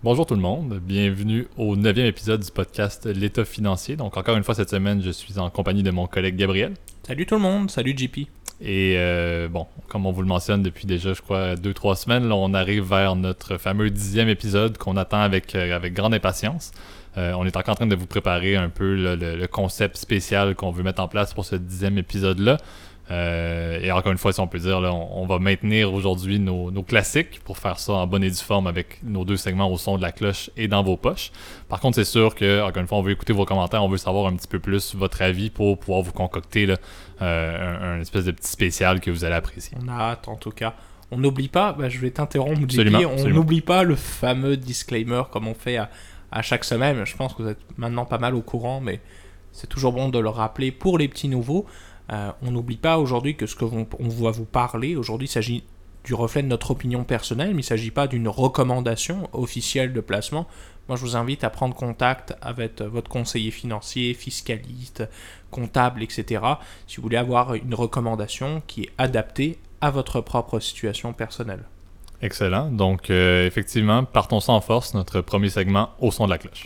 Bonjour tout le monde, bienvenue au 9e épisode du podcast L'État financier. Donc encore une fois cette semaine, je suis en compagnie de mon collègue Gabriel. Salut tout le monde, salut JP. Et comme on vous le mentionne depuis déjà, je crois, 2-3 semaines, là, on arrive vers notre fameux 10e épisode qu'on attend avec grande impatience. On est encore en train de vous préparer un peu le concept spécial qu'on veut mettre en place pour ce 10e épisode-là. Et encore une fois, si on peut dire, là, on va maintenir aujourd'hui nos classiques pour faire ça en bonne et due forme avec nos deux segments au son de la cloche et dans vos poches. Par contre, c'est sûr que, encore une fois, on veut écouter vos commentaires, on veut savoir un petit peu plus votre avis pour pouvoir vous concocter là, un espèce de petit spécial que vous allez apprécier. On a hâte en tout cas. On n'oublie pas, je vais t'interrompre JP, Absolument. On n'oublie pas le fameux disclaimer comme on fait à chaque semaine. Je pense que vous êtes maintenant pas mal au courant, mais c'est toujours bon de le rappeler pour les petits nouveaux. On n'oublie pas aujourd'hui que ce qu'on va vous parler aujourd'hui, il s'agit du reflet de notre opinion personnelle, mais il ne s'agit pas d'une recommandation officielle de placement. Moi, je vous invite à prendre contact avec votre conseiller financier, fiscaliste, comptable, etc. si vous voulez avoir une recommandation qui est adaptée à votre propre situation personnelle. Excellent. Donc, effectivement, partons ça en force, notre premier segment au son de la cloche.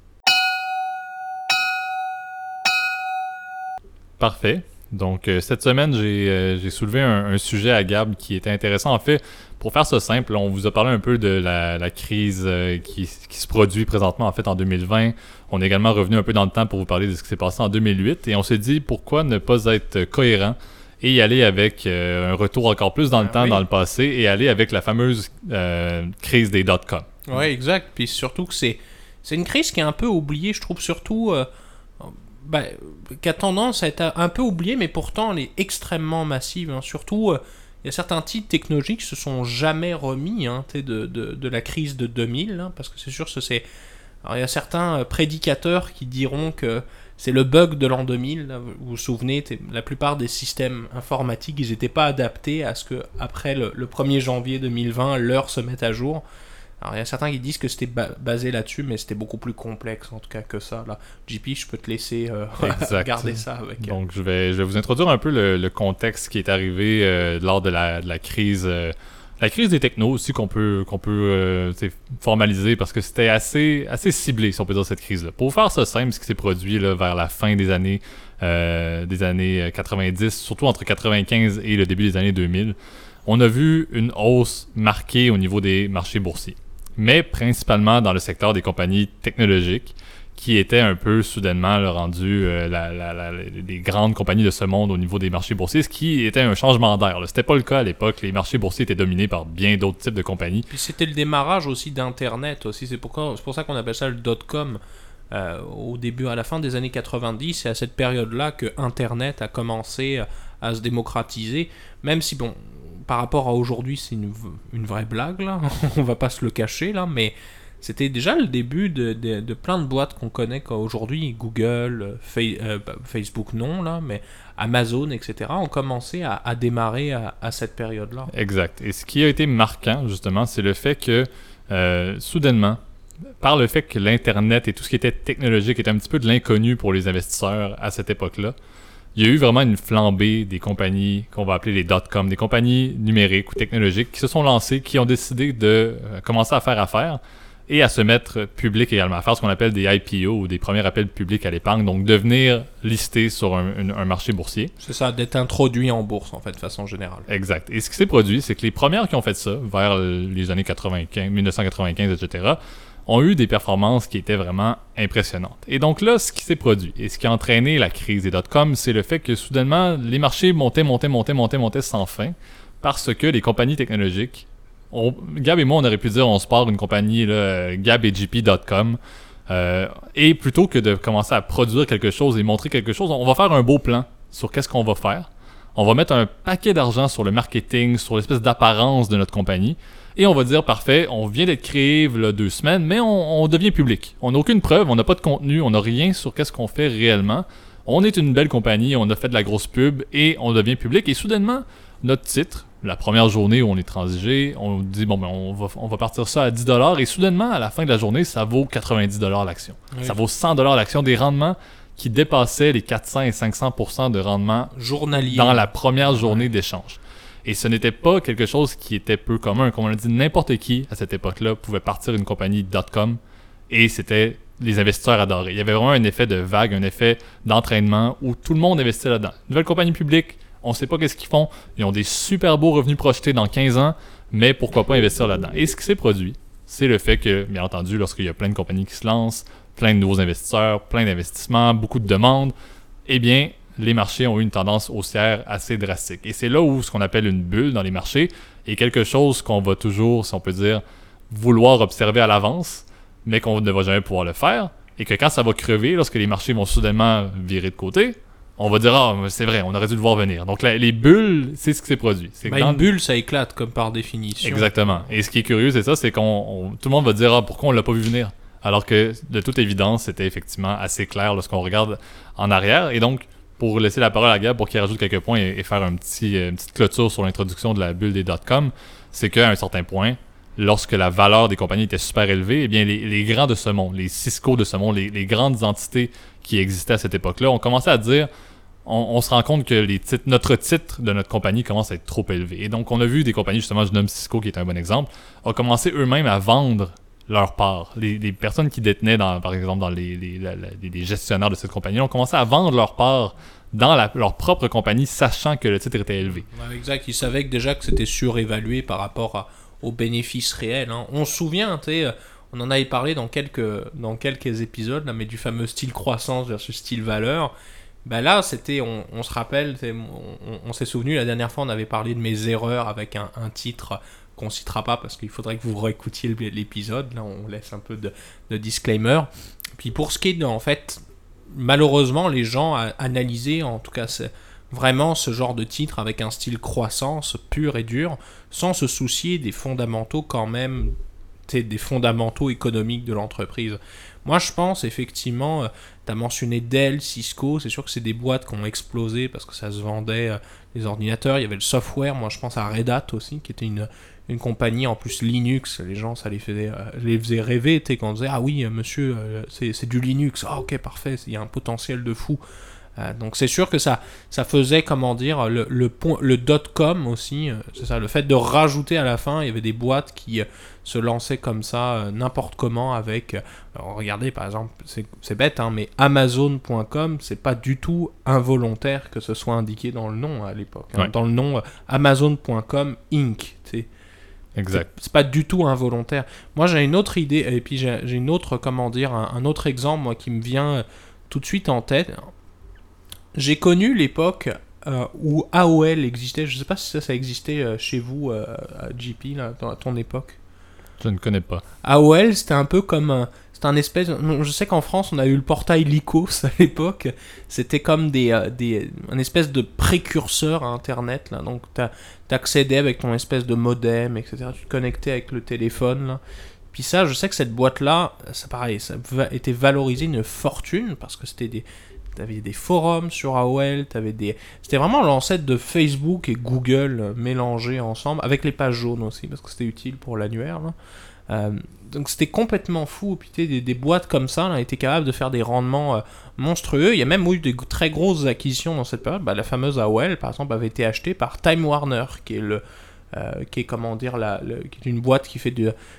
Parfait. Donc, cette semaine, j'ai soulevé un sujet à Gab qui était intéressant. En fait, pour faire ça simple, on vous a parlé un peu de la crise qui se produit présentement en fait en 2020. On est également revenu un peu dans le temps pour vous parler de ce qui s'est passé en 2008. Et on s'est dit pourquoi ne pas être cohérent et y aller avec un retour encore plus dans le temps, dans le passé, et aller avec la fameuse crise des dot-com. Oui, exact. Puis surtout que c'est une crise qui est un peu oubliée, je trouve, surtout... qui a tendance à être un peu oubliée, mais pourtant elle est extrêmement massive. Surtout, il y a certains titres technologiques qui se sont jamais remis de la crise de 2000, parce que c'est sûr que c'est... Alors, il y a certains prédicateurs qui diront que c'est le bug de l'an 2000. Là, vous vous souvenez, la plupart des systèmes informatiques, ils n'étaient pas adaptés à ce que après le 1er janvier 2020, l'heure se mette à jour. Alors, il y a certains qui disent que c'était basé là-dessus, mais c'était beaucoup plus complexe, en tout cas, que ça. Là. JP, je peux te laisser regarder ça avec... Donc, je vais vous introduire un peu le contexte qui est arrivé lors de la crise... la crise des technos aussi qu'on peut formaliser parce que c'était assez ciblé, si on peut dire, cette crise-là. Pour faire ça simple, ce qui s'est produit là, vers la fin des années 90, surtout entre 95 et le début des années 2000, on a vu une hausse marquée au niveau des marchés boursiers, mais principalement dans le secteur des compagnies technologiques qui étaient un peu soudainement rendues les grandes compagnies de ce monde au niveau des marchés boursiers, ce qui était un changement d'air. C'était pas le cas à l'époque. Les marchés boursiers étaient dominés par bien d'autres types de compagnies. Puis c'était le démarrage aussi d'Internet aussi. C'est pour ça qu'on appelle ça le dot-com. Au début, à la fin des années 90, c'est à cette période-là que Internet a commencé à se démocratiser, même si, bon, par rapport à aujourd'hui, c'est une vraie blague, là. On va pas se le cacher, là, mais c'était déjà le début de plein de boîtes qu'on connaît aujourd'hui. Google, Facebook non, là, mais Amazon, etc. ont commencé à démarrer à cette période-là. Exact. Et ce qui a été marquant, justement, c'est le fait que, soudainement, par le fait que l'Internet et tout ce qui était technologique était un petit peu de l'inconnu pour les investisseurs à cette époque-là, il y a eu vraiment une flambée des compagnies qu'on va appeler les dot-com, des compagnies numériques ou technologiques qui se sont lancées, qui ont décidé de commencer à faire affaire et à se mettre public également, à faire ce qu'on appelle des IPO ou des premiers appels publics à l'épargne, donc devenir listé sur un marché boursier. C'est ça, d'être introduit en bourse en fait, de façon générale. Exact. Et ce qui s'est produit, c'est que les premières qui ont fait ça, vers les années 1995, etc., ont eu des performances qui étaient vraiment impressionnantes. Et donc là, ce qui s'est produit, et ce qui a entraîné la crise des dot-com, c'est le fait que soudainement, les marchés montaient sans fin, parce que les compagnies technologiques, Gab et moi, on aurait pu dire, on se part une compagnie, là, Gab et JP.com, et plutôt que de commencer à produire quelque chose et montrer quelque chose, on va faire un beau plan sur qu'est-ce qu'on va faire. On va mettre un paquet d'argent sur le marketing, sur l'espèce d'apparence de notre compagnie, et on va dire, parfait, on vient d'être créé il y a 2 semaines, mais on devient public. On n'a aucune preuve, on n'a pas de contenu, on n'a rien sur qu'est-ce qu'on fait réellement. On est une belle compagnie, on a fait de la grosse pub, et on devient public, et soudainement, notre titre, la première journée où on est transigé, on dit, bon, ben, on va partir ça à 10$, et soudainement, à la fin de la journée, ça vaut 90$ l'action. Oui. Ça vaut 100$ l'action, des rendements qui dépassaient les 400 et 500% de rendement journalier dans la première journée d'échange. Et ce n'était pas quelque chose qui était peu commun. Comme on l'a dit, n'importe qui, à cette époque-là, pouvait partir une compagnie .com et c'était... Les investisseurs adoraient. Il y avait vraiment un effet de vague, un effet d'entraînement où tout le monde investit là-dedans. Nouvelle compagnie publique, on ne sait pas qu'est-ce qu'ils font. Ils ont des super beaux revenus projetés dans 15 ans, mais pourquoi pas investir là-dedans? Et ce qui s'est produit, c'est le fait que, bien entendu, lorsqu'il y a plein de compagnies qui se lancent, plein de nouveaux investisseurs, plein d'investissements, beaucoup de demandes, eh bien, les marchés ont eu une tendance haussière assez drastique. Et c'est là où ce qu'on appelle une bulle dans les marchés est quelque chose qu'on va toujours, si on peut dire, vouloir observer à l'avance, mais qu'on ne va jamais pouvoir le faire, et que quand ça va crever, lorsque les marchés vont soudainement virer de côté, on va dire « Ah, c'est vrai, on aurait dû le voir venir ». Donc les bulles, c'est ce qui s'est produit. Une bulle, ça éclate, comme par définition. Exactement. Et ce qui est curieux, c'est ça, c'est qu'on tout le monde va dire « Ah, pourquoi on l'a pas vu venir ?» Alors que, de toute évidence, c'était effectivement assez clair lorsqu'on regarde en arrière. Et donc, pour laisser la parole à Gab, pour qu'il rajoute quelques points et faire une petite clôture sur l'introduction de la bulle des .com, c'est qu'à un certain point, lorsque la valeur des compagnies était super élevée, eh bien les grands de ce monde, les Cisco de ce monde, les grandes entités qui existaient à cette époque-là, ont commencé à dire on se rend compte que notre titre de notre compagnie commence à être trop élevé. Et donc, on a vu des compagnies, justement, je nomme Cisco qui est un bon exemple, ont commencé eux-mêmes à vendre leur part. Les personnes qui détenaient, par exemple, dans les gestionnaires de cette compagnie, ont commencé à vendre leur part dans leur propre compagnie, sachant que le titre était élevé. Ouais, exact. Ils savaient déjà que c'était surévalué par rapport aux bénéfices réels. Hein. On se souvient, on en avait parlé dans quelques épisodes, là, mais du fameux style croissance versus style valeur. Ben là, on se rappelle, on s'est souvenu, la dernière fois, on avait parlé de mes erreurs avec un titre qu'on citera pas parce qu'il faudrait que vous réécoutiez l'épisode. Là, on laisse un peu de disclaimer. Puis pour ce qui est en fait, malheureusement, les gens analysaient, en tout cas, c'est vraiment ce genre de titre avec un style croissance pur et dur, sans se soucier des fondamentaux quand même, des fondamentaux économiques de l'entreprise. Moi, je pense effectivement, tu as mentionné Dell, Cisco, c'est sûr que c'est des boîtes qui ont explosé parce que ça se vendait les ordinateurs, il y avait le software, moi je pense à Red Hat aussi, qui était une compagnie en plus Linux, les gens ça les faisait rêver, quand on disait ah oui monsieur, c'est du Linux, ah ok parfait, il y a un potentiel de fou. Donc c'est sûr que ça faisait, comment dire, le .com aussi, c'est ça, le fait de rajouter à la fin, il y avait des boîtes qui se lançaient comme ça, n'importe comment avec, alors regardez par exemple, c'est bête, hein, mais Amazon.com, c'est pas du tout involontaire que ce soit indiqué dans le nom à l'époque, hein, ouais. Dans le nom Amazon.com Inc., Exact. C'est pas du tout involontaire. Moi j'ai une autre idée, et puis j'ai une autre, comment dire, un autre exemple moi qui me vient tout de suite en tête. J'ai connu l'époque où AOL existait. Je sais pas si ça existait chez vous, à JP, là, à ton époque. Je ne connais pas. AOL, c'était un peu comme... c'était un espèce... Je sais qu'en France, on a eu le portail Lycos à l'époque. C'était comme un espèce de précurseur à Internet, là. Donc, t'accédais avec ton espèce de modem, etc. Tu te connectais avec le téléphone, là. Puis ça, je sais que cette boîte-là, ça pareil, ça était valorisé une fortune, parce que t'avais des forums sur AOL, c'était vraiment l'ancêtre de Facebook et Google mélangés ensemble, avec les pages jaunes aussi, parce que c'était utile pour l'annuaire, là. Donc c'était complètement fou. Puis des boîtes comme ça là, étaient capables de faire des rendements monstrueux. Il y a même eu des très grosses acquisitions dans cette période. La fameuse AOL, par exemple, avait été achetée par Time Warner, qui est comment dire, qui est une boîte qui fait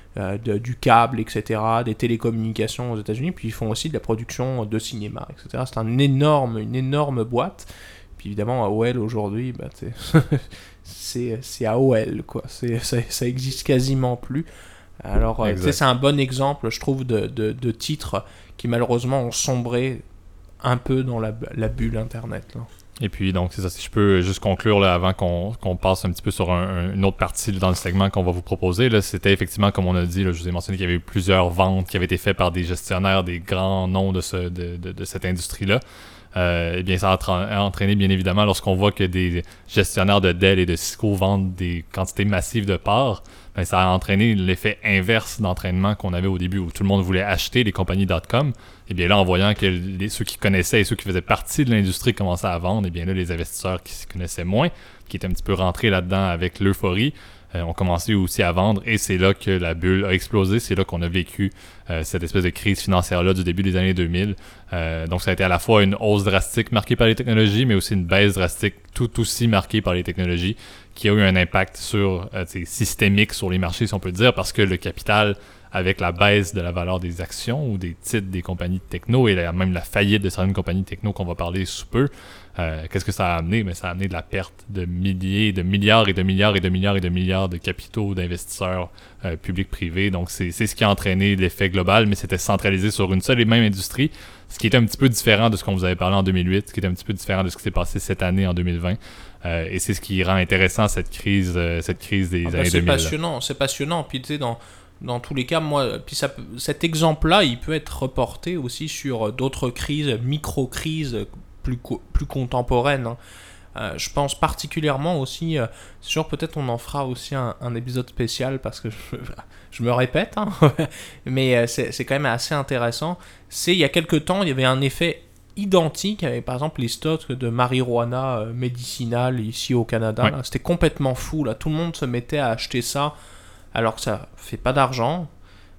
du câble, etc., des télécommunications aux États-Unis, puis ils font aussi de la production de cinéma, etc. C'est une énorme boîte. Puis évidemment, AOL aujourd'hui, c'est AOL, quoi. Ça existe quasiment plus. Alors, c'est un bon exemple, je trouve, de titres qui malheureusement ont sombré un peu dans la bulle Internet, là. Et puis, donc, c'est ça. Si je peux juste conclure là, avant qu'on passe un petit peu sur une autre partie dans le segment qu'on va vous proposer, là, c'était effectivement, comme on a dit, là, je vous ai mentionné qu'il y avait eu plusieurs ventes qui avaient été faites par des gestionnaires, des grands noms de cette industrie-là. Eh bien, ça a entraîné, bien évidemment, lorsqu'on voit que des gestionnaires de Dell et de Cisco vendent des quantités massives de parts, ben, ça a entraîné l'effet inverse d'entraînement qu'on avait au début, où tout le monde voulait acheter les compagnies .com. Et bien là, en voyant que ceux qui connaissaient et ceux qui faisaient partie de l'industrie commençaient à vendre, et bien là, les investisseurs qui s'y connaissaient moins, qui étaient un petit peu rentrés là-dedans avec l'euphorie, ont commencé aussi à vendre et c'est là que la bulle a explosé. C'est là qu'on a vécu cette espèce de crise financière-là du début des années 2000. Donc ça a été à la fois une hausse drastique marquée par les technologies, mais aussi une baisse drastique tout aussi marquée par les technologies qui a eu un impact systémique sur les marchés, si on peut dire, parce que le capital, avec la baisse de la valeur des actions ou des titres des compagnies de techno et même la faillite de certaines compagnies de techno qu'on va parler sous peu, qu'est-ce que ça a amené? Mais ça a amené de la perte de milliers, de milliards et de milliards et de milliards et de milliards de capitaux d'investisseurs publics-privés. Donc c'est ce qui a entraîné l'effet global, mais c'était centralisé sur une seule et même industrie, ce qui est un petit peu différent de ce qu'on vous avait parlé en 2008, ce qui est un petit peu différent de ce qui s'est passé cette année en 2020. Et c'est ce qui rend intéressant cette crise des années 2000. C'est passionnant. Puis tu sais, dans tous les cas, cet exemple-là, il peut être reporté aussi sur d'autres crises, micro-crises plus contemporaines. Je pense particulièrement aussi, c'est sûr peut-être on en fera aussi un épisode spécial parce que je me répète, hein, mais c'est quand même assez intéressant. Il y a quelques temps, il y avait un effet identique avec par exemple les stocks de marijuana médicinale ici au Canada. Ouais. Là, c'était complètement fou, là. Tout le monde se mettait à acheter ça alors que ça fait pas d'argent.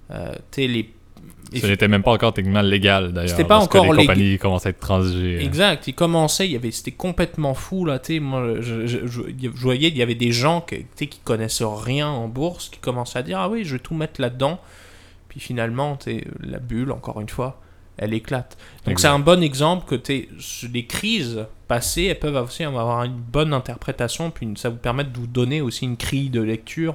Ce n'était même pas encore techniquement légal d'ailleurs. C'était pas encore les compagnies commençaient à être transigées. Exact, c'était complètement fou là. Moi, je voyais, il y avait des gens qui connaissent rien en bourse qui commençaient à dire ah oui, je vais tout mettre là-dedans. Puis finalement, la bulle, encore une fois, elle éclate. Donc exact. C'est un bon exemple que les crises passées, elles peuvent aussi avoir une bonne interprétation, puis ça vous permet de vous donner aussi une grille de lecture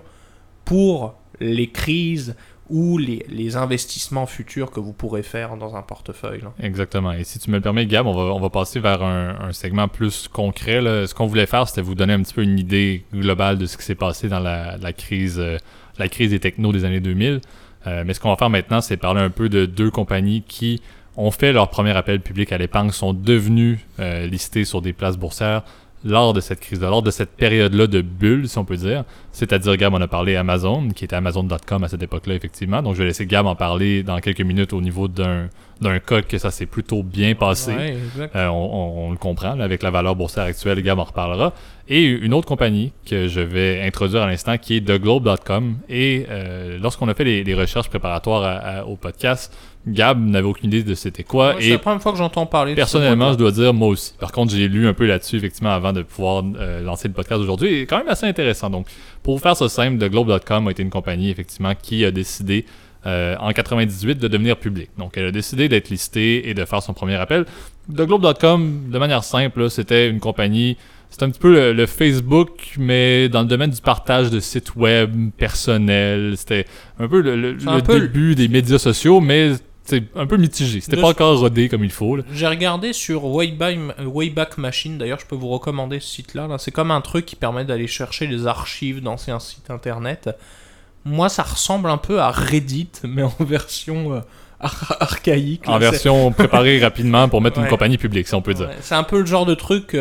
pour les crises ou les investissements futurs que vous pourrez faire dans un portefeuille. Là. Exactement. Et si tu me le permets, Gab, on va passer vers un segment plus concret. Là. Ce qu'on voulait faire, c'était vous donner un petit peu une idée globale de ce qui s'est passé dans la crise des technos des années 2000. Mais ce qu'on va faire maintenant, c'est parler un peu de deux compagnies qui ont fait leur premier appel public à l'épargne, sont devenues listées sur des places boursières lors de cette crise-là, lors de cette période-là de bulle, si on peut dire. C'est-à-dire, Gab, on a parlé Amazon, qui était Amazon.com à cette époque-là, effectivement. Donc, je vais laisser Gab en parler dans quelques minutes au niveau d'un cas que ça s'est plutôt bien passé. Ouais, exact. On le comprend, là, avec la valeur boursière actuelle, Gab en reparlera. Et une autre compagnie que je vais introduire à l'instant, qui est TheGlobe.com. Et lorsqu'on a fait les recherches préparatoires au podcast, Gab n'avait aucune idée de c'était quoi. C'est la première fois que j'entends parler. Personnellement, je dois dire moi aussi. Par contre, j'ai lu un peu là-dessus, effectivement, avant de pouvoir lancer le podcast aujourd'hui. Et quand même assez intéressant. Donc, pour vous faire ça simple, TheGlobe.com a été une compagnie, effectivement, qui a décidé en 98 de devenir publique. Donc, elle a décidé d'être listée et de faire son premier appel. TheGlobe.com, de manière simple, là, c'était une compagnie... C'est un petit peu le Facebook, mais dans le domaine du partage de sites web personnels. C'était un peu le début des médias sociaux, mais c'est un peu mitigé. C'était pas encore rodé comme il faut. Là. J'ai regardé sur Wayback Machine, d'ailleurs je peux vous recommander ce site-là. Là. C'est comme un truc qui permet d'aller chercher les archives d'anciens sites internet. Moi ça ressemble un peu à Reddit, mais en version... archaïque. En version préparée rapidement pour mettre une compagnie publique, si on peut dire. C'est un peu le genre de truc...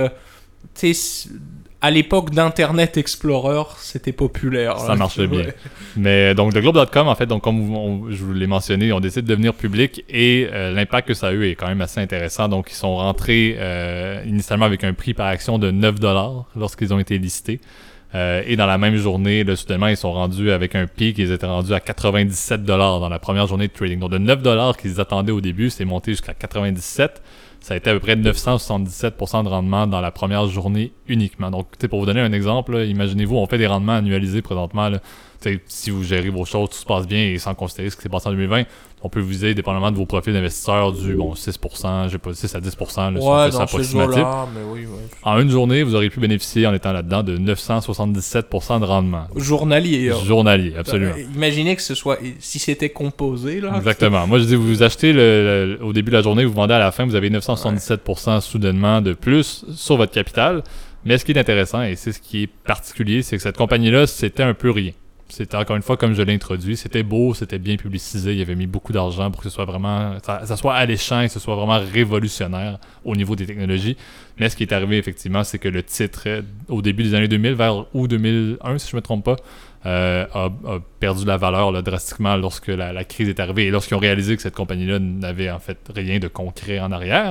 à l'époque d'Internet Explorer, c'était populaire. Ça marchait bien. Mais donc, TheGlobe.com, en fait, donc, comme je vous l'ai mentionné, on décide de devenir public et l'impact que ça a eu est quand même assez intéressant. Donc, ils sont rentrés initialement avec un prix par action de 9$ lorsqu'ils ont été listés. Et dans la même journée, là, soudainement, ils sont rendus avec un pic, ils étaient rendus à 97$ dans la première journée de trading. Donc, de 9$ qu'ils attendaient au début, c'est monté jusqu'à 97$. Ça a été à peu près 977% de rendement dans la première journée uniquement. Donc, pour vous donner un exemple, là, imaginez-vous, on fait des rendements annualisés présentement. Là, si vous gérez vos choses, tout se passe bien et sans considérer ce qui s'est passé en 2020, on peut viser, dépendamment de vos profils d'investisseurs, du 6%, j'ai pas 6 à 10%, là, dans ces eaux-là, mais oui. En une journée, vous auriez pu bénéficier, en étant là-dedans, de 977% de rendement. Journalier. Journalier, absolument. Imaginez que si c'était composé, là. Exactement. Moi, je dis, vous achetez au début de la journée, vous vendez à la fin, vous avez 977% soudainement de plus sur votre capital. Mais ce qui est intéressant, et c'est ce qui est particulier, c'est que cette compagnie-là, c'était un peu rien. C'était encore une fois comme je l'ai introduit, c'était beau, c'était bien publicisé, il avait mis beaucoup d'argent pour que ce soit vraiment, ça soit alléchant et que ce soit vraiment révolutionnaire au niveau des technologies. Mais ce qui est arrivé effectivement, c'est que le titre, au début des années 2000, vers août 2001 si je me trompe pas, a perdu la valeur là, drastiquement lorsque la crise est arrivée et lorsqu'ils ont réalisé que cette compagnie-là n'avait en fait rien de concret en arrière.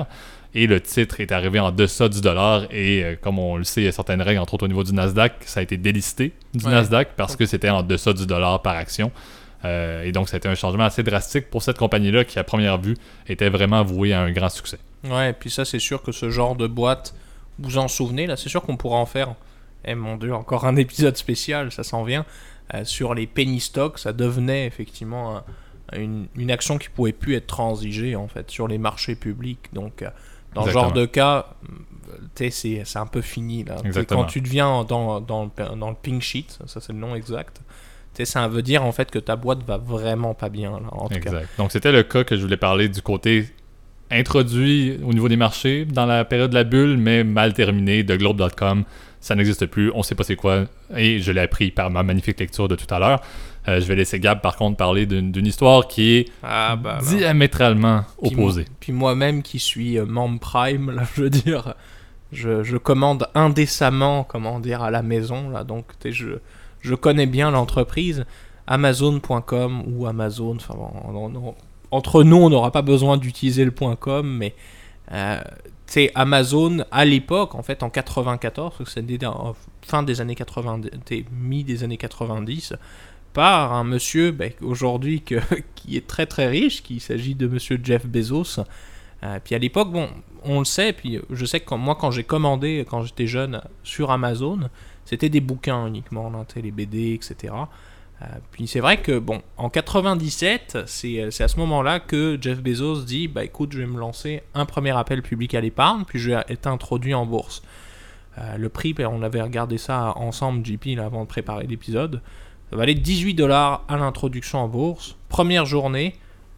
et le titre est arrivé en deçà du dollar et comme on le sait, il y a certaines règles, entre autres au niveau du Nasdaq, ça a été délisté du Nasdaq parce que c'était en deçà du dollar par action. Et donc ça a été un changement assez drastique pour cette compagnie-là qui à première vue était vraiment vouée à un grand succès. Ouais, et puis ça c'est sûr que ce genre de boîte, vous en souvenez, là c'est sûr qu'on pourra en faire, mon dieu, encore un épisode spécial, ça s'en vient, sur les penny stocks, ça devenait effectivement une action qui pouvait plus être transigée en fait sur les marchés publics, donc dans ce genre de cas, c'est un peu fini là. Quand tu deviens dans le pink sheet, ça c'est le nom exact, ça veut dire en fait que ta boîte va vraiment pas bien là, en tout cas. Donc c'était le cas que je voulais parler du côté introduit au niveau des marchés dans la période de la bulle, mais mal terminé, de Globe.com. Ça n'existe plus, on sait pas c'est quoi, et je l'ai appris par ma magnifique lecture de tout à l'heure. Je vais laisser Gab par contre parler d'une histoire qui est diamétralement opposée. Puis moi-même qui suis membre Prime, là, je veux dire, je commande indécemment, à la maison, là, donc je connais bien l'entreprise, Amazon.com ou Amazon, enfin entre nous on n'aura pas besoin d'utiliser le .com, mais Amazon à l'époque, en fait en 94, parce que c'était en fin des années 90, mi des années 90, par un monsieur aujourd'hui qui est très très riche, qu'il s'agit de monsieur Jeff Bezos. Puis à l'époque, on le sait, puis je sais que moi quand j'ai commandé, quand j'étais jeune, sur Amazon, c'était des bouquins uniquement, là, les BD, etc. Puis c'est vrai que, en 97, c'est à ce moment-là que Jeff Bezos dit « écoute, je vais me lancer un premier appel public à l'épargne, puis je vais être introduit en bourse. » Le prix, on avait regardé ça ensemble, JP, là, avant de préparer l'épisode, ça valait $18 à l'introduction en bourse. Première journée,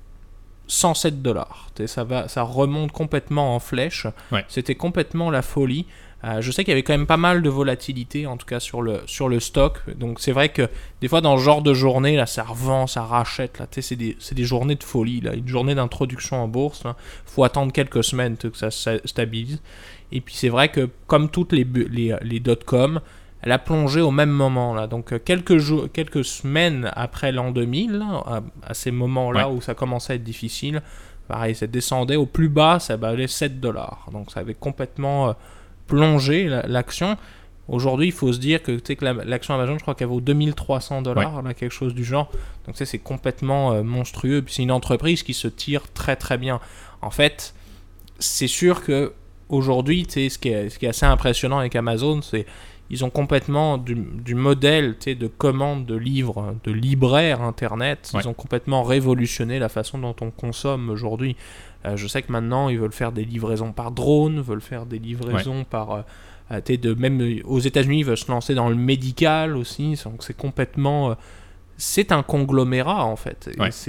$107. Ça remonte complètement en flèche. Ouais. C'était complètement la folie. Je sais qu'il y avait quand même pas mal de volatilité, en tout cas sur le stock. Donc c'est vrai que des fois dans ce genre de journée, là, ça revend, ça rachète. Là, c'est des journées de folie. Là. Une journée d'introduction en bourse, il faut attendre quelques semaines que ça stabilise. Et puis c'est vrai que comme toutes les dot-com, elle a plongé au même moment. Là. Donc quelques semaines après l'an 2000, là, à ces moments-là où ça commençait à être difficile, pareil, ça descendait au plus bas, ça valait $7. Donc ça avait complètement plongé l'action. Aujourd'hui, il faut se dire que l'action Amazon, je crois qu'elle vaut $2300, là, quelque chose du genre. Donc c'est complètement monstrueux. Puis c'est une entreprise qui se tire très très bien. En fait, c'est sûr que aujourd'hui, ce qui est assez impressionnant avec Amazon, c'est ils ont complètement du modèle de commande de livres, de libraire internet, ils ont complètement révolutionné la façon dont on consomme aujourd'hui. Je sais que maintenant ils veulent faire des livraisons par drone, veulent faire des livraisons par même aux États-Unis ils veulent se lancer dans le médical aussi. Donc c'est complètement c'est un conglomérat en fait.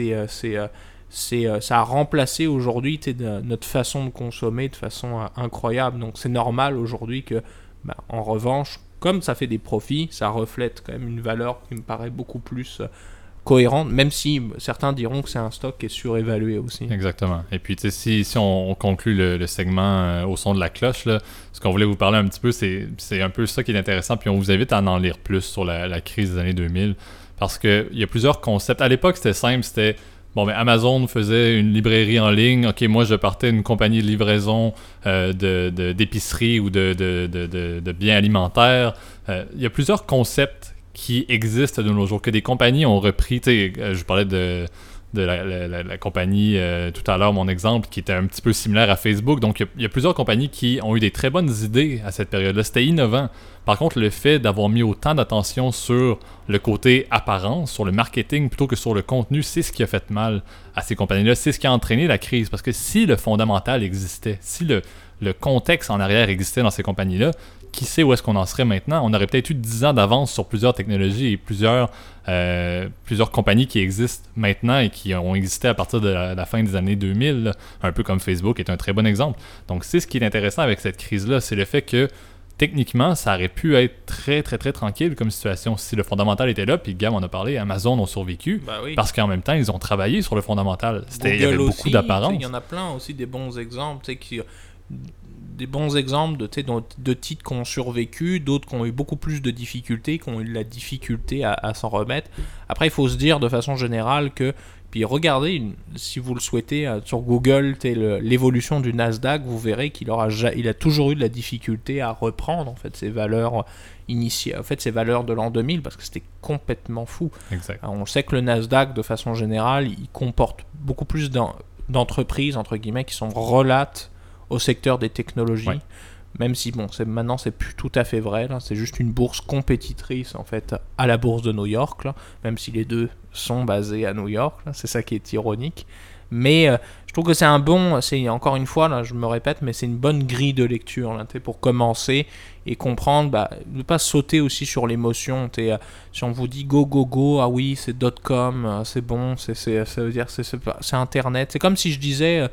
Ça a remplacé aujourd'hui notre façon de consommer de façon incroyable. Donc c'est normal aujourd'hui que en revanche, comme ça fait des profits, ça reflète quand même une valeur qui me paraît beaucoup plus cohérente, même si certains diront que c'est un stock qui est surévalué aussi. Exactement. Et puis, si on conclut le segment au son de la cloche, là, ce qu'on voulait vous parler un petit peu, c'est un peu ça qui est intéressant, puis on vous invite à en lire plus sur la crise des années 2000, parce qu'il y a plusieurs concepts. À l'époque, c'était simple, c'était Amazon faisait une librairie en ligne. OK, moi, je partais d'une compagnie de livraison d'épicerie ou de biens alimentaires. Il y a plusieurs concepts qui existent de nos jours, que des compagnies ont repris. Je parlais de la compagnie tout à l'heure, mon exemple, qui était un petit peu similaire à Facebook. Donc, il y a plusieurs compagnies qui ont eu des très bonnes idées à cette période-là. C'était innovant. Par contre, le fait d'avoir mis autant d'attention sur le côté apparence, sur le marketing, plutôt que sur le contenu, c'est ce qui a fait mal à ces compagnies-là. C'est ce qui a entraîné la crise. Parce que si le fondamental existait, si le contexte en arrière existait dans ces compagnies-là, qui sait où est-ce qu'on en serait maintenant? On aurait peut-être eu 10 ans d'avance sur plusieurs technologies et plusieurs compagnies qui existent maintenant et qui ont existé à partir de la fin des années 2000, là, un peu comme Facebook est un très bon exemple. Donc c'est ce qui est intéressant avec cette crise-là, c'est le fait que techniquement, ça aurait pu être très très très tranquille comme situation si le fondamental était là, puis Gab en a parlé, Amazon ont survécu, parce qu'en même temps, ils ont travaillé sur le fondamental. Il y avait beaucoup d'apparence. Il y en a plein aussi des bons exemples, des bons exemples de titres qui ont survécu, d'autres qui ont eu beaucoup plus de difficultés, qui ont eu la difficulté à s'en remettre. Après, il faut se dire de façon générale que, Puis regardez, si vous le souhaitez, sur Google, l'évolution du Nasdaq, vous verrez qu'il il a toujours eu de la difficulté à reprendre en fait ses valeurs initiales, en fait ses valeurs de l'an 2000, parce que c'était complètement fou. Exact. Alors, on sait que le Nasdaq, de façon générale, il comporte beaucoup plus d'entreprises entre guillemets qui sont relates au secteur des technologies. Ouais. Même si maintenant c'est plus tout à fait vrai, là. C'est juste une bourse compétitrice en fait à la bourse de New York, là. Même si les deux sont basés à New York, là. C'est ça qui est ironique. Mais je trouve que c'est encore une fois, là, je me répète, mais c'est une bonne grille de lecture là, pour commencer et comprendre, ne pas sauter aussi sur l'émotion. Si on vous dit go go go, ah oui c'est .com, c'est bon, ça veut dire c'est Internet. C'est comme si je disais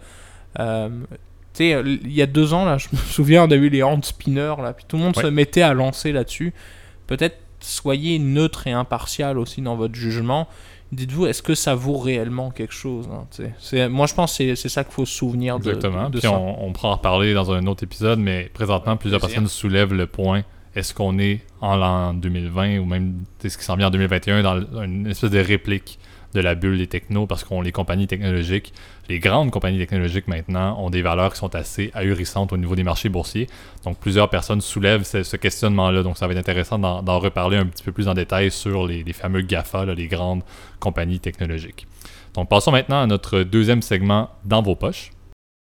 il y a 2 ans, là, je me souviens, on a eu les hand spinners, là, puis tout le monde se mettait à lancer là-dessus. Peut-être soyez neutre et impartial aussi dans votre jugement. Dites-vous, est-ce que ça vaut réellement quelque chose, hein, moi, je pense que c'est ça qu'il faut se souvenir. Exactement. de puis ça. On pourra en reparler dans un autre épisode, mais présentement, plusieurs personnes soulèvent le point. Est-ce qu'on est en l'an 2020 ou même ce qui s'en vient en 2021 dans une espèce de réplique de la bulle des technos, parce qu'on les compagnies technologiques, les grandes compagnies technologiques maintenant ont des valeurs qui sont assez ahurissantes au niveau des marchés boursiers. Donc plusieurs personnes soulèvent ce questionnement-là. Donc ça va être intéressant d'en reparler un petit peu plus en détail sur les fameux GAFA, là, les grandes compagnies technologiques. Donc passons maintenant à notre deuxième segment dans vos poches.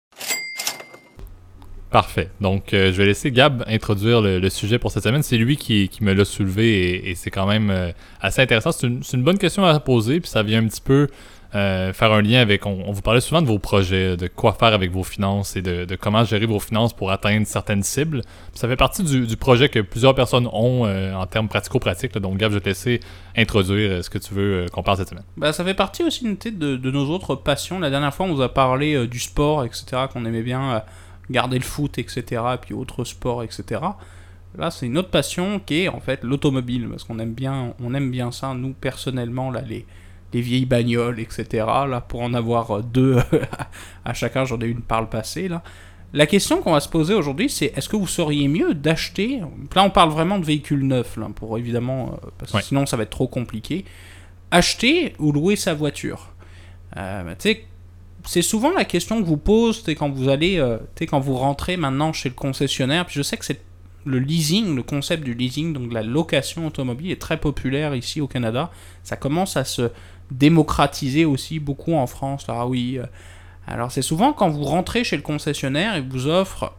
Parfait. Donc, je vais laisser Gab introduire le sujet pour cette semaine. C'est lui qui me l'a soulevé et c'est quand même assez intéressant. C'est une bonne question à poser, puis ça vient un petit peu faire un lien avec... On vous parlait souvent de vos projets, de quoi faire avec vos finances et de comment gérer vos finances pour atteindre certaines cibles. Puis ça fait partie du projet que plusieurs personnes ont en termes pratico-pratiques. Là. Donc, Gab, je vais te laisser introduire ce que tu veux qu'on parle cette semaine. Ça fait partie aussi de nos autres passions. La dernière fois, on vous a parlé du sport, etc., qu'on aimait bien... garder le foot, etc., et puis autres sports, etc. Là, c'est une autre passion qui est en fait l'automobile, parce qu'on aime bien ça, nous, personnellement, là, les vieilles bagnoles, etc., là, pour en avoir 2 à chacun, j'en ai une par le passé, là. La question qu'on va se poser aujourd'hui, c'est est-ce que vous sauriez mieux d'acheter, là, on parle vraiment de véhicules neufs, là, pour évidemment, parce que sinon, ça va être trop compliqué, acheter ou louer sa voiture. Tu sais, c'est souvent la question que vous pose quand vous allez, quand vous rentrez maintenant chez le concessionnaire. Puis je sais que c'est le leasing, le concept du leasing, donc la location automobile, est très populaire ici au Canada. Ça commence à se démocratiser aussi beaucoup en France. Là, oui. Alors c'est souvent quand vous rentrez chez le concessionnaire et vous offre,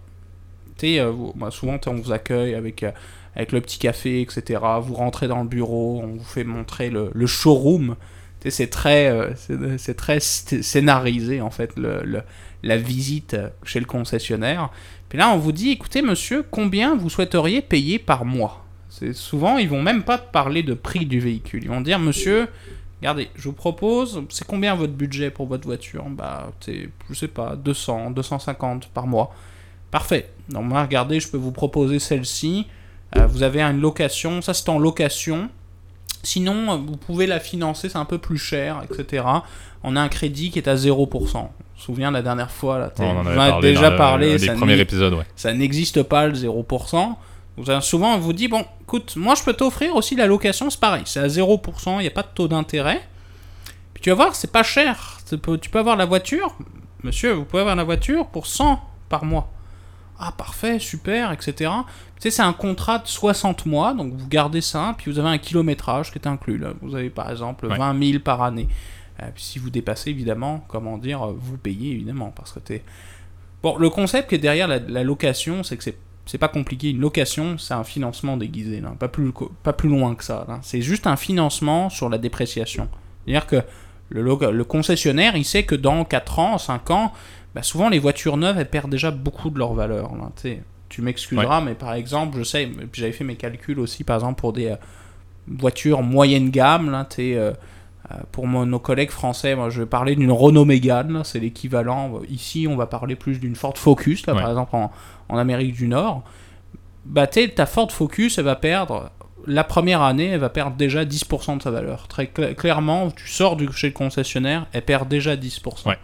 souvent on vous accueille avec le petit café, etc. Vous rentrez dans le bureau, on vous fait montrer le showroom. C'est très scénarisé en fait la visite chez le concessionnaire. Puis là on vous dit, écoutez monsieur, combien vous souhaiteriez payer par mois? Souvent ils vont même pas parler de prix du véhicule, ils vont dire monsieur, regardez, je vous propose, c'est combien votre budget pour votre voiture? Je sais pas, 200, 250 par mois. Parfait. Donc moi regardez, je peux vous proposer celle-ci. Vous avez une location, ça c'est en location. Sinon, vous pouvez la financer, c'est un peu plus cher, etc. On a un crédit qui est à 0%. On se souvient la dernière fois, là, on en avait parlé dans les premiers épisodes. Ouais. Ça n'existe pas, le 0%. Souvent, on vous dit, bon, écoute, moi je peux t'offrir aussi la location, c'est pareil, c'est à 0%, il n'y a pas de taux d'intérêt. Puis tu vas voir, c'est pas cher. Tu peux avoir la voiture, monsieur, vous pouvez avoir la voiture pour 100 par mois. Ah, parfait, super, etc. Tu sais, c'est un contrat de 60 mois, donc vous gardez ça, puis vous avez un kilométrage qui est inclus. Là. Vous avez par exemple 20 000 par année. Puis si vous dépassez, évidemment, vous payez, évidemment, parce que Bon, le concept qui est derrière la location, c'est que c'est pas compliqué. Une location, c'est un financement déguisé, là. Pas plus loin que ça. Là. C'est juste un financement sur la dépréciation. C'est-à-dire que le concessionnaire, il sait que dans 4 ans, 5 ans, souvent les voitures neuves, elles perdent déjà beaucoup de leur valeur. Là, tu m'excuseras, mais par exemple, je sais, puis j'avais fait mes calculs aussi, par exemple, pour des voitures moyenne gamme, là, pour nos collègues français, moi, je vais parler d'une Renault Mégane, là, c'est l'équivalent. Ici, on va parler plus d'une Ford Focus, là, par exemple, en Amérique du Nord. Ta Ford Focus, elle va perdre, la première année, elle va perdre déjà 10% de sa valeur. Très clairement, tu sors chez le concessionnaire, elle perd déjà 10%. Ouais.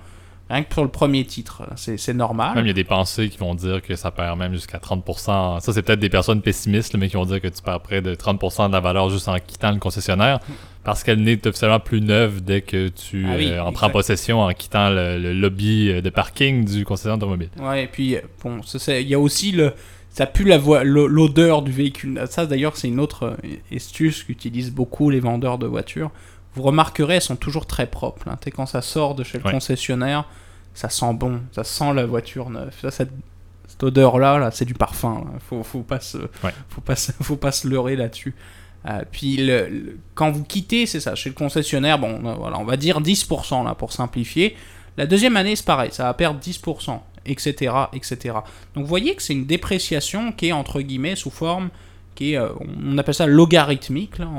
Rien que pour le premier titre, c'est normal. Même il y a des pensées qui vont dire que ça perd même jusqu'à 30%. Ça, c'est peut-être des personnes pessimistes, mais qui vont dire que tu perds près de 30% de la valeur juste en quittant le concessionnaire, parce qu'elle n'est officiellement plus neuve dès que tu en prends possession en quittant le lobby de parking du concessionnaire automobile. Ouais, et puis, bon, il y a aussi ça pue l'odeur du véhicule. Ça, d'ailleurs, c'est une autre astuce qu'utilisent beaucoup les vendeurs de voitures. Vous remarquerez, elles sont toujours très propres. Hein. Quand ça sort de chez le concessionnaire, ça sent bon. Ça sent la voiture neuve. Cette odeur-là, c'est du parfum. Là. Faut pas se leurrer là-dessus. Puis, quand vous quittez, c'est ça, chez le concessionnaire, bon, voilà, on va dire 10% là, pour simplifier. La deuxième année, c'est pareil. Ça va perdre 10%, etc., etc. Donc, vous voyez que c'est une dépréciation qui est, entre guillemets, sous forme, on appelle ça logarithmique, là,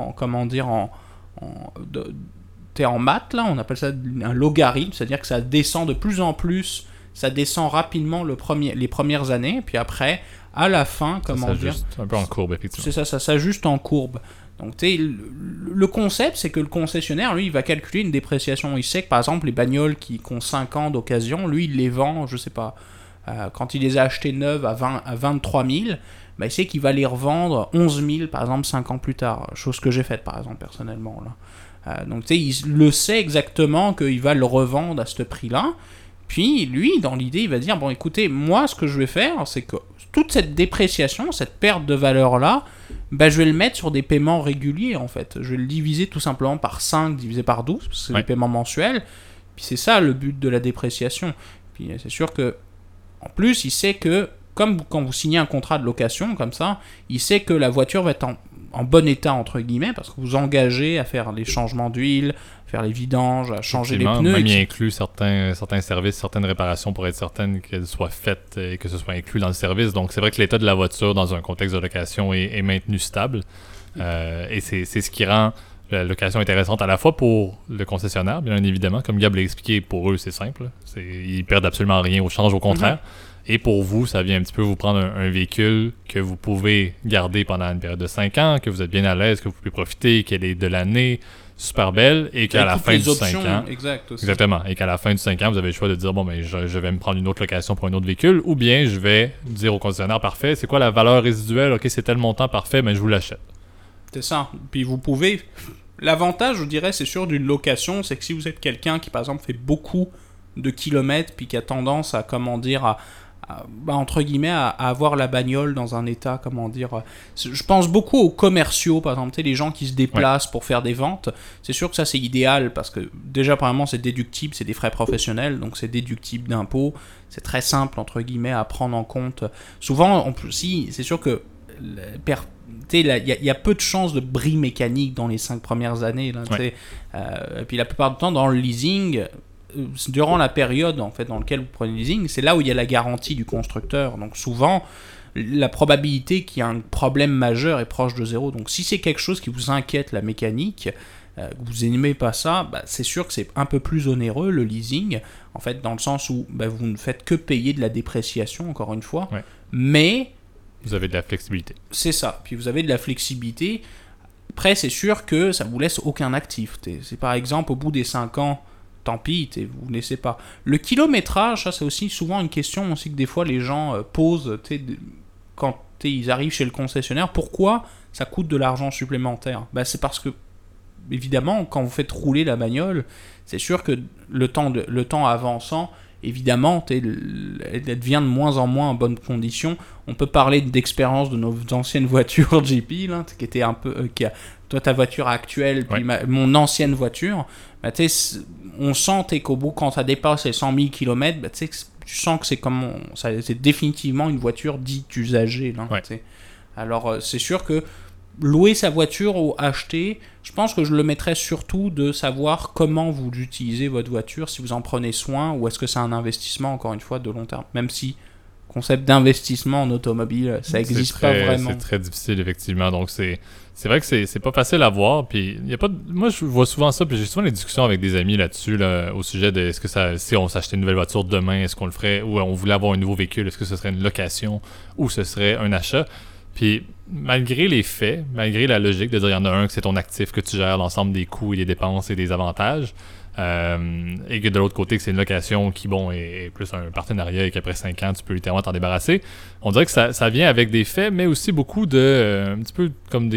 en maths, là, on appelle ça un logarithme, c'est-à-dire que ça descend de plus en plus, ça descend rapidement les premières années, puis après, à la fin, ça s'ajuste un peu en courbe, effectivement. C'est ça s'ajuste en courbe. Donc, le concept, c'est que le concessionnaire, lui, il va calculer une dépréciation. Il sait que, par exemple, les bagnoles qui ont 5 ans d'occasion, lui, il les vend, je sais pas, quand il les a achetées neuves à 23 000, bah, il sait qu'il va les revendre 11 000, par exemple, 5 ans plus tard. Chose que j'ai faite, par exemple, personnellement. Là. Donc, il le sait exactement qu'il va le revendre à ce prix-là. Puis, lui, dans l'idée, il va dire, bon, écoutez, moi, ce que je vais faire, c'est que toute cette dépréciation, cette perte de valeur-là, bah, je vais le mettre sur des paiements réguliers, en fait. Je vais le diviser tout simplement par 5, divisé par 12, parce que c'est des paiements mensuels. Puis, c'est ça, le but de la dépréciation. Puis, c'est sûr que, en plus, il sait que, comme quand vous signez un contrat de location, comme ça, il sait que la voiture va être en bon état, entre guillemets, parce que vous engagez à faire les changements d'huile, faire les vidanges, à changer les pneus. Même il inclut certains services, certaines réparations pour être certaine qu'elles soient faites et que ce soit inclus dans le service. Donc, c'est vrai que l'état de la voiture, dans un contexte de location, est maintenu stable. Et c'est ce qui rend la location intéressante à la fois pour le concessionnaire, bien évidemment. Comme Gab l'a expliqué, pour eux, c'est simple. Ils perdent absolument rien au change, au contraire. Et pour vous, ça vient un petit peu vous prendre un véhicule que vous pouvez garder pendant une période de 5 ans, que vous êtes bien à l'aise, que vous pouvez profiter, qu'elle est de l'année, super belle, et qu'à la fin du 5 ans... Exactement. Et qu'à la fin du 5 ans, vous avez le choix de dire, bon, ben, je vais me prendre une autre location pour un autre véhicule, ou bien je vais dire au concessionnaire, parfait, c'est quoi la valeur résiduelle? Ok, c'est tel montant, parfait, mais je vous l'achète. C'est ça. Puis vous pouvez... L'avantage, je dirais, c'est sûr d'une location, c'est que si vous êtes quelqu'un qui, par exemple, fait beaucoup de kilomètres, puis qui a tendance à, entre guillemets, à avoir la bagnole dans un état, je pense beaucoup aux commerciaux, par exemple, les gens qui se déplacent pour faire des ventes. C'est sûr que ça, c'est idéal, parce que déjà, apparemment, c'est déductible, c'est des frais professionnels, donc c'est déductible d'impôts. C'est très simple, entre guillemets, à prendre en compte. Souvent, c'est sûr que il y a peu de chances de bris mécanique dans les 5 premières années. Là, et puis la plupart du temps, dans le leasing, durant la période en fait, dans laquelle vous prenez le leasing, c'est là où il y a la garantie du constructeur. Donc souvent, la probabilité qu'il y ait un problème majeur est proche de 0. Donc si c'est quelque chose qui vous inquiète, la mécanique, que vous n'aimez pas ça, c'est sûr que c'est un peu plus onéreux, le leasing, en fait, dans le sens où vous ne faites que payer de la dépréciation, encore une fois, mais... Vous avez de la flexibilité. C'est ça. Puis vous avez de la flexibilité. Après, c'est sûr que ça vous laisse aucun actif. C'est par exemple, au bout des 5 ans, tant pis, vous ne laissez pas. Le kilométrage, ça c'est aussi souvent une question aussi que des fois les gens posent quand ils arrivent chez le concessionnaire. Pourquoi ça coûte de l'argent supplémentaire? C'est parce que, évidemment, quand vous faites rouler la bagnole, c'est sûr que le temps avançant, évidemment, elle devient de moins en moins en bonne condition. On peut parler d'expérience de nos anciennes voitures JP, là, qui était un peu... toi, ta voiture actuelle, puis mon ancienne voiture, on sent qu'au bout, quand ça dépasse les 100 000 km, tu sens que c'est définitivement une voiture dite usagée. Là, alors, c'est sûr que louer sa voiture ou acheter, je pense que je le mettrais surtout de savoir comment vous utilisez votre voiture, si vous en prenez soin, ou est-ce que c'est un investissement, encore une fois, de long terme. Même si le concept d'investissement en automobile, ça n'existe pas vraiment. C'est très difficile, effectivement. Donc, c'est vrai que c'est pas facile à voir. Puis, y a pas moi, je vois souvent ça, puis j'ai souvent des discussions avec des amis là-dessus, au sujet de est-ce que si on s'achetait une nouvelle voiture demain, est-ce qu'on le ferait, ou on voulait avoir un nouveau véhicule, est-ce que ce serait une location, ou ce serait un achat? Puis, malgré les faits, malgré la logique de dire il y en a un que c'est ton actif, que tu gères l'ensemble des coûts et des dépenses et des avantages, et que de l'autre côté, que c'est une location qui, bon, est plus un partenariat et qu'après 5 ans, tu peux littéralement t'en débarrasser. On dirait que ça vient avec des faits, mais aussi beaucoup de... un petit peu comme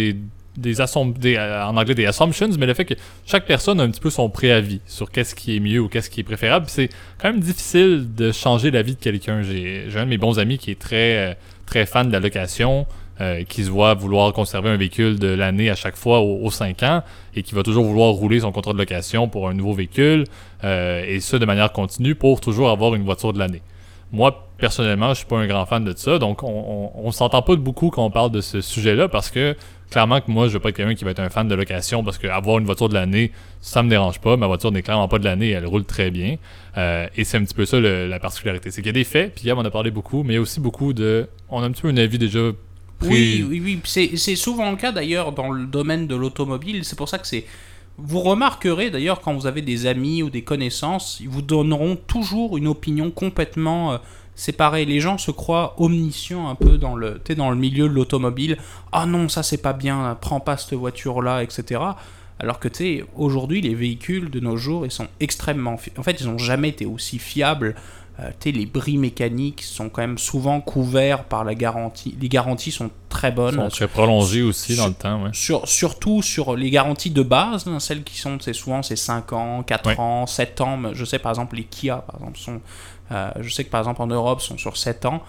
en anglais des assumptions, mais le fait que chaque personne a un petit peu son préavis sur qu'est-ce qui est mieux ou qu'est-ce qui est préférable. Puis c'est quand même difficile de changer la vie de quelqu'un. J'ai un de mes bons amis qui est très, très fan de la location, qui se voit vouloir conserver un véhicule de l'année à chaque fois aux 5 ans et qui va toujours vouloir rouler son contrat de location pour un nouveau véhicule et ça de manière continue pour toujours avoir une voiture de l'année. Moi, personnellement, je suis pas un grand fan de ça, donc on s'entend pas beaucoup quand on parle de ce sujet-là parce que clairement que moi, je veux pas être quelqu'un qui va être un fan de location parce qu'avoir une voiture de l'année, ça me dérange pas. Ma voiture n'est clairement pas de l'année, elle roule très bien. Et c'est un petit peu ça la particularité. C'est qu'il y a des faits, puis Gab en a parlé beaucoup, mais il y a aussi beaucoup de... On a un petit peu un avis déjà... Oui. C'est souvent le cas d'ailleurs dans le domaine de l'automobile. C'est pour ça que c'est... Vous remarquerez d'ailleurs quand vous avez des amis ou des connaissances, ils vous donneront toujours une opinion complètement séparée. Les gens se croient omniscients un peu dans le milieu de l'automobile. Ah non, ça c'est pas bien, prends pas cette voiture-là, etc. Alors que aujourd'hui, les véhicules de nos jours, ils sont extrêmement... En fait, ils n'ont jamais été aussi fiables. Les bris mécaniques sont quand même souvent couverts par la garantie. Les garanties sont très bonnes. Ils sont très prolongées aussi dans le temps. Ouais. Surtout sur les garanties de base, celles qui sont, souvent c'est 5 ans, 4 ans, 7 ans. Je sais par exemple les Kia, par exemple, je sais que par exemple en Europe sont sur 7 ans.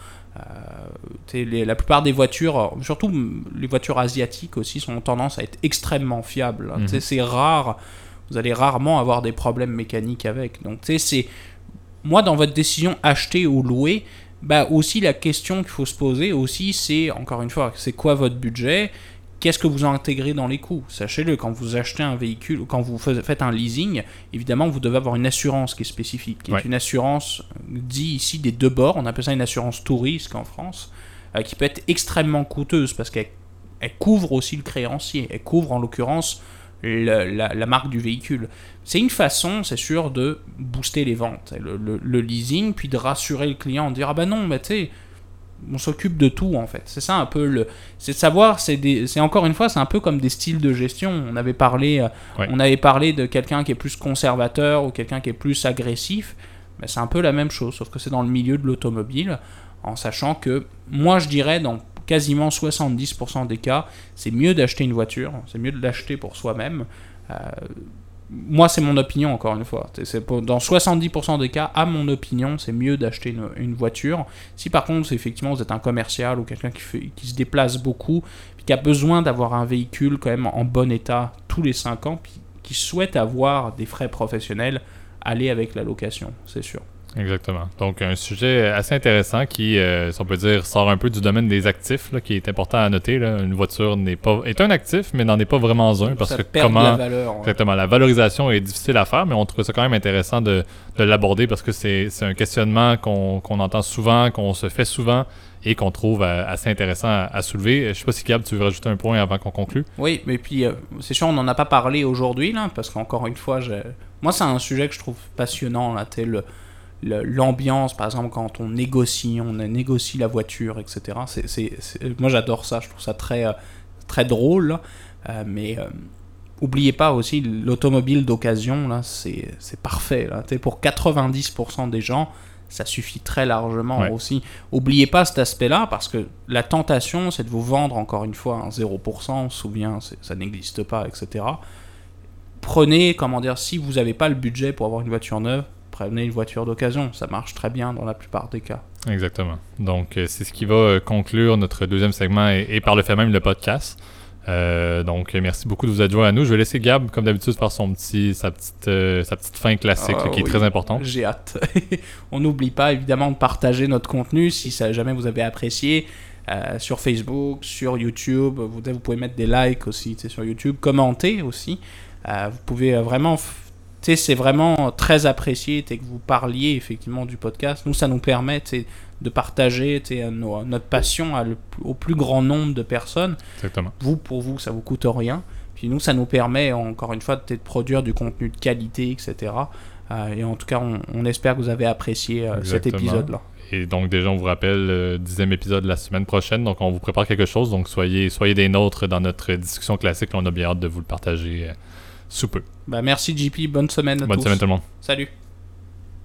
La plupart des voitures, surtout les voitures asiatiques aussi, ont tendance à être extrêmement fiables. C'est rare, vous allez rarement avoir des problèmes mécaniques avec. Donc c'est... Moi, dans votre décision acheter ou louer, aussi la question qu'il faut se poser aussi, c'est, encore une fois, c'est quoi votre budget ? Qu'est-ce que vous intégrez dans les coûts ? Sachez-le, quand vous achetez un véhicule, quand vous faites un leasing, évidemment, vous devez avoir une assurance qui est spécifique, qui est une assurance, dit ici, des deux bords. On appelle ça une assurance tout risque en France, qui peut être extrêmement coûteuse parce qu'elle couvre aussi le créancier. Elle couvre, en l'occurrence, la marque du véhicule. C'est une façon, c'est sûr, de booster les ventes, le leasing, puis de rassurer le client, de dire ah ben non, mais tu sais, on s'occupe de tout en fait. C'est ça un peu c'est de savoir, c'est encore une fois, c'est un peu comme des styles de gestion. On avait parlé de quelqu'un qui est plus conservateur ou quelqu'un qui est plus agressif. Mais c'est un peu la même chose, sauf que c'est dans le milieu de l'automobile, en sachant que moi je dirais dans quasiment 70% des cas, c'est mieux d'acheter une voiture, c'est mieux de l'acheter pour soi-même. Moi, c'est mon opinion, encore une fois. Dans 70% des cas, à mon opinion, c'est mieux d'acheter une voiture. Si par contre, effectivement, vous êtes un commercial ou quelqu'un qui se déplace beaucoup, puis qui a besoin d'avoir un véhicule quand même en bon état tous les 5 ans, puis qui souhaite avoir des frais professionnels, allez avec la location, c'est sûr. Exactement. Donc, un sujet assez intéressant qui, si on peut dire, sort un peu du domaine des actifs, là, qui est important à noter. Là. Une voiture est un actif, mais n'en est pas vraiment un, parce ça que perd de la valeur. Exactement. La valorisation est difficile à faire, mais on trouve ça quand même intéressant de l'aborder parce que c'est un questionnement qu'on entend souvent, qu'on se fait souvent et qu'on trouve assez intéressant à soulever. Je sais pas si, Gab, tu veux rajouter un point avant qu'on conclue? Oui, mais puis, c'est sûr, on n'en a pas parlé aujourd'hui, là, parce qu'encore une fois, moi, c'est un sujet que je trouve passionnant, là, l'ambiance, par exemple, quand on négocie la voiture, etc. Moi, j'adore ça, je trouve ça très, très drôle, mais oubliez pas aussi, l'automobile d'occasion, là, c'est parfait. Là. Pour 90% des gens, ça suffit très largement aussi. Oubliez pas cet aspect-là, parce que la tentation, c'est de vous vendre, encore une fois, un 0%, on se souvient, ça n'existe pas, etc. Prenez, si vous n'avez pas le budget pour avoir une voiture neuve, prenez une voiture d'occasion, ça marche très bien dans la plupart des cas. Exactement. Donc, c'est ce qui va conclure notre deuxième segment et par le fait même le podcast. Donc, merci beaucoup de vous être joints à nous. Je vais laisser Gab, comme d'habitude, faire sa petite fin classique qui est très importante. J'ai hâte. On n'oublie pas, évidemment, de partager notre contenu si jamais vous avez apprécié. Sur Facebook, sur YouTube, vous pouvez mettre des likes aussi sur YouTube, commenter aussi. Vous pouvez vraiment... c'est vraiment très apprécié que vous parliez effectivement du podcast. Nous, ça nous permet de partager notre passion au plus grand nombre de personnes. Exactement. Pour vous, ça vous coûte rien. Puis nous, ça nous permet encore une fois de produire du contenu de qualité, etc. Et en tout cas, on espère que vous avez apprécié cet épisode-là. Et donc déjà, on vous rappelle le 10e épisode la semaine prochaine. Donc on vous prépare quelque chose. Donc soyez des nôtres dans notre discussion classique. On a bien hâte de vous le partager sous peu. Bah merci JP, bonne semaine à tous. Bonne semaine tout le monde. Salut.